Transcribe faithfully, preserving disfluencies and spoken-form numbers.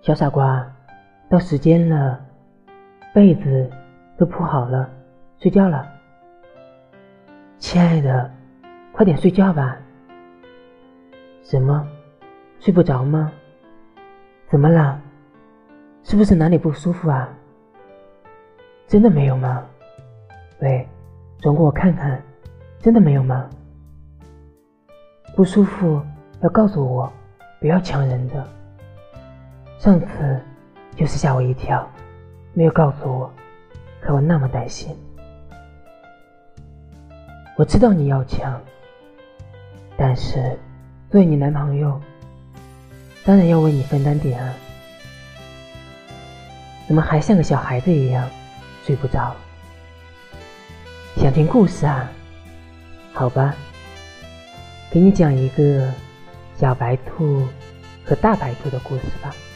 小傻瓜，到时间了，被子都铺好了，睡觉了。亲爱的，快点睡觉吧。什么？睡不着吗？怎么了？是不是哪里不舒服啊？真的没有吗？喂，转过我看看，真的没有吗？不舒服要告诉我，不要强人的。上次就是吓我一跳，没有告诉我，害我那么担心。我知道你要强，但是作为你男朋友，当然要为你分担点啊。怎么还像个小孩子一样睡不着？想听故事啊？好吧，给你讲一个小白兔和大白兔的故事吧。